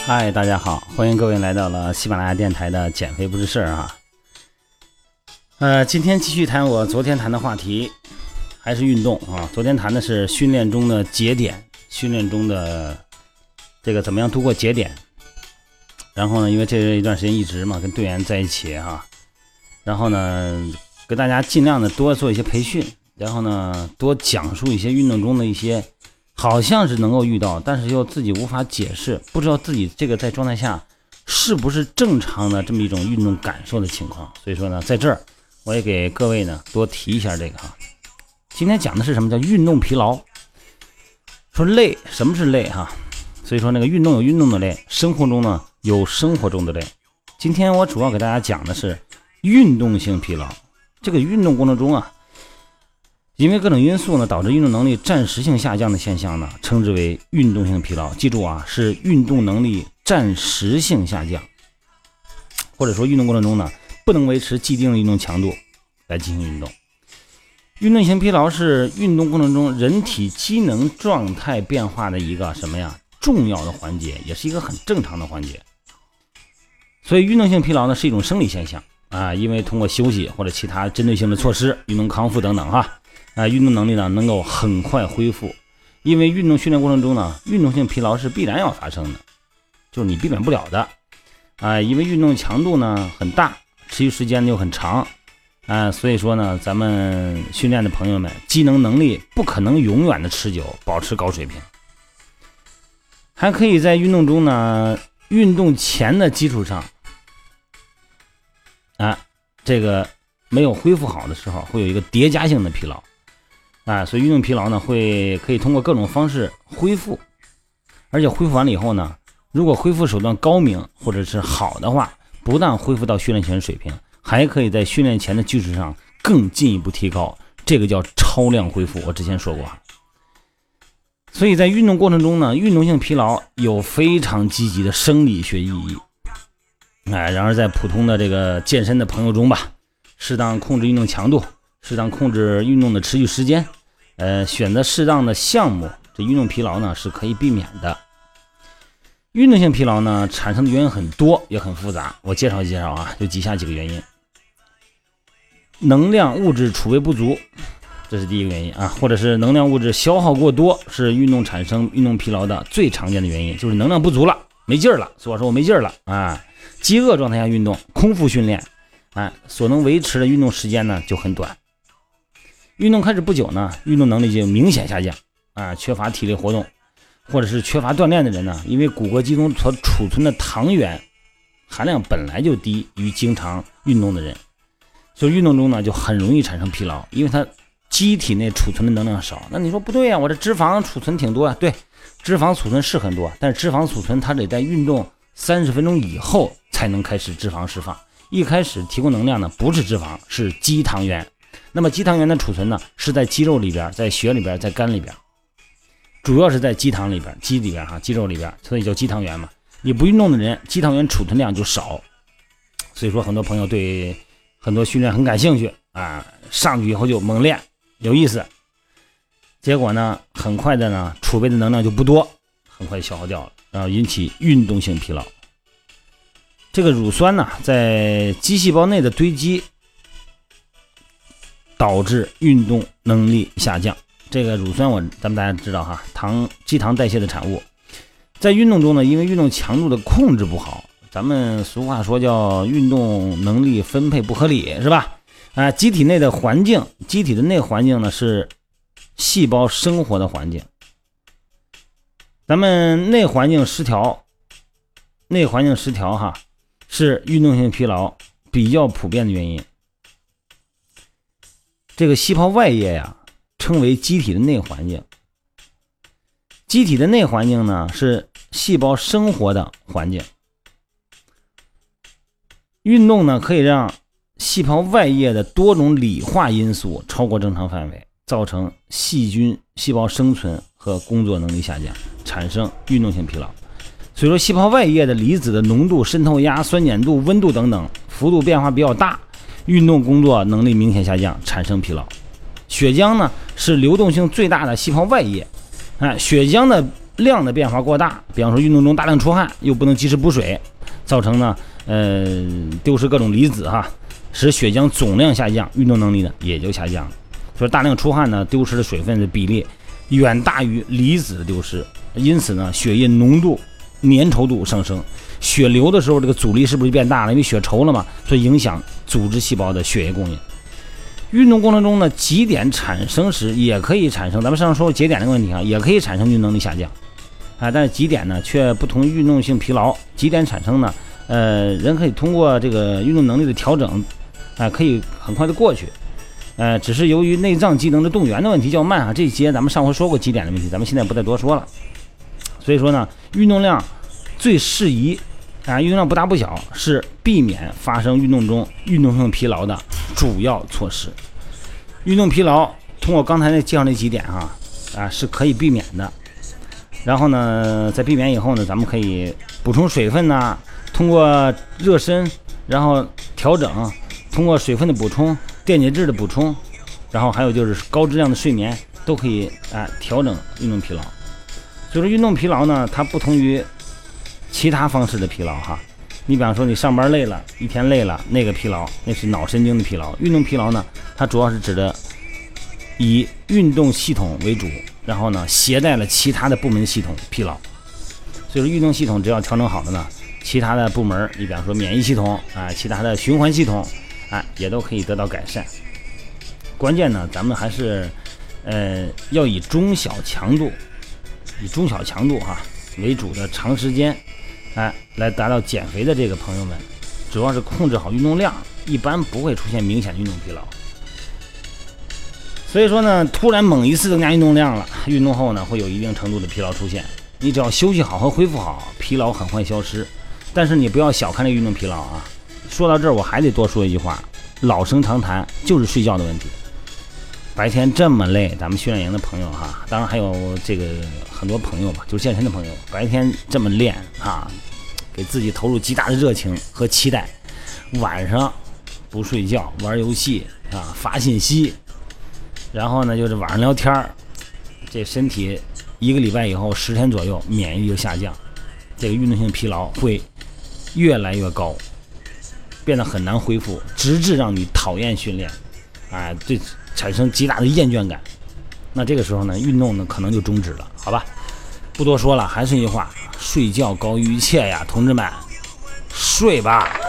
嗨，大家好，欢迎各位来到了喜马拉雅电台的减肥不是事儿啊。今天继续谈我昨天谈的话题，还是运动啊。昨天谈的是训练中的节点，训练中的这个怎么样度过节点。然后呢，因为这一段时间一直跟队员在一起然后呢，给大家尽量的多做一些培训，然后呢，多讲述一些运动中的一些好像是能够遇到，但是又自己无法解释，不知道自己这个在状态下是不是正常的这么一种运动感受的情况。所以说呢，在这儿我也给各位呢多提一下这个今天讲的是什么叫运动疲劳，说累，什么是累所以说那个运动有运动的累，生活中呢有生活中的累。今天我主要给大家讲的是运动性疲劳。这个运动过程中因为各种因素呢，导致运动能力暂时性下降的现象呢，称之为运动性疲劳。记住是运动能力暂时性下降，或者说运动过程中呢，不能维持既定的运动强度来进行运动。运动性疲劳是运动过程中人体机能状态变化的一个重要的环节，也是一个很正常的环节。所以运动性疲劳呢是一种生理现象因为通过休息或者其他针对性的措施，运动康复等等运动能力呢能够很快恢复。因为运动训练过程中呢，运动性疲劳是必然要发生的，就是你避免不了的因为运动强度呢很大，持续时间又很长所以说呢，咱们训练的朋友们机能能力不可能永远的持久保持高水平。还可以在运动中呢，运动前的基础上这个没有恢复好的时候，会有一个叠加性的疲劳所以运动疲劳呢可以通过各种方式恢复，而且恢复完了以后呢，如果恢复手段高明或者是好的话，不但恢复到训练前水平，还可以在训练前的基础上更进一步提高，这个叫超量恢复，我之前说过所以在运动过程中呢，运动性疲劳有非常积极的生理学意义然而在普通的这个健身的朋友中适当控制运动强度，适当控制运动的持续时间选择适当的项目，这运动疲劳呢是可以避免的。运动性疲劳呢产生的原因很多也很复杂，我介绍一介绍就以下几个原因。能量物质储备不足，这是第一个原因或者是能量物质消耗过多，是运动产生运动疲劳的最常见的原因，就是能量不足了，没劲儿了，所以说我没劲儿了饥饿状态下运动，空腹训练所能维持的运动时间呢就很短。运动开始不久呢，运动能力就明显下降缺乏体力活动或者是缺乏锻炼的人呢，因为骨骼肌中所储存的糖原含量本来就低于经常运动的人，所以运动中呢就很容易产生疲劳，因为它机体内储存的能量少。那你说不对我这脂肪储存挺多对，脂肪储存是很多，但是脂肪储存它得在运动30分钟以后才能开始脂肪释放，一开始提供能量呢不是脂肪，是肌糖原。那么肌糖原的储存呢是在肌肉里边，在血里边，在肝里边，主要是在肌糖里边，肌里边肌肉里边，所以叫肌糖原嘛。你不运动的人，肌糖原储存量就少，所以说很多朋友对很多训练很感兴趣上去以后就猛练，有意思，结果呢很快的呢储备的能量就不多，很快消耗掉了，然后引起运动性疲劳。这个乳酸呢在肌细胞内的堆积，导致运动能力下降。这个乳酸咱们大家知道肌糖代谢的产物，在运动中呢，因为运动强度的控制不好，咱们俗话说叫运动能力分配不合理，是吧机体内的环境，机体的内环境呢是细胞生活的环境，咱们内环境失调是运动性疲劳比较普遍的原因。这个细胞外叶称为机体的内环境，机体的内环境呢是细胞生活的环境。运动呢可以让细胞外叶的多种理化因素超过正常范围，造成细菌细胞生存和工作能力下降，产生运动性疲劳。所以说细胞外叶的离子的浓度、渗透压、酸碱度、温度等等幅度变化比较大，运动工作能力明显下降，产生疲劳。血浆呢是流动性最大的细胞外液血浆的量的变化过大，比方说运动中大量出汗，又不能及时补水，造成呢丢失各种离子哈，使血浆总量下降，运动能力呢也就下降了。所以大量出汗呢，丢失的水分的比例远大于离子的丢失，因此呢，血液浓度、粘稠度上升，血流的时候这个阻力是不是变大了？因为血稠了嘛，所以影响组织细胞的血液供应。运动过程中呢，极点产生时也可以产生，咱们上次说节点这个问题啊，也可以产生运动能力下降啊，但是极点呢却不同于运动性疲劳。极点产生呢，人可以通过这个运动能力的调整，可以很快的过去。只是由于内脏机能的动员的问题较慢啊，这一节咱们上回说过极点的问题，咱们现在不再多说了。所以说呢，运动量最适宜运动量不大不小，是避免发生运动中运动性疲劳的主要措施。运动疲劳通过刚才介绍那几点是可以避免的。然后呢，在避免以后呢，咱们可以补充水分呐，通过热身，然后调整，通过水分的补充、电解质的补充，然后还有就是高质量的睡眠，都可以调整运动疲劳。所以说运动疲劳呢，它不同于其他方式的疲劳哈。你比方说你上班累了，一天累了，那个疲劳那是脑神经的疲劳。运动疲劳呢，它主要是指的以运动系统为主，然后呢携带了其他的部门系统疲劳。所以说运动系统只要调整好了呢，其他的部门，你比方说免疫系统其他的循环系统也都可以得到改善。关键呢，咱们还是要以中小强度为主的长时间来达到减肥的这个朋友们，主要是控制好运动量，一般不会出现明显的运动疲劳。所以说呢，突然猛一次增加运动量了，运动后呢会有一定程度的疲劳出现，你只要休息好和恢复好，疲劳很快消失。但是你不要小看这运动疲劳啊。说到这儿我还得多说一句话，老生常谈，就是睡觉的问题。白天这么累，咱们训练营的朋友当然还有这个很多朋友吧，就是健身的朋友，白天这么练给自己投入极大的热情和期待，晚上不睡觉玩游戏发信息，然后呢就是晚上聊天，这身体1个礼拜以后10天左右免疫力就下降，这个运动性疲劳会越来越高，变得很难恢复，直至让你讨厌训练对产生极大的厌倦感。那这个时候呢，运动呢可能就终止了，好吧？不多说了，还是一句话，睡觉高于一切呀，同志们，睡吧。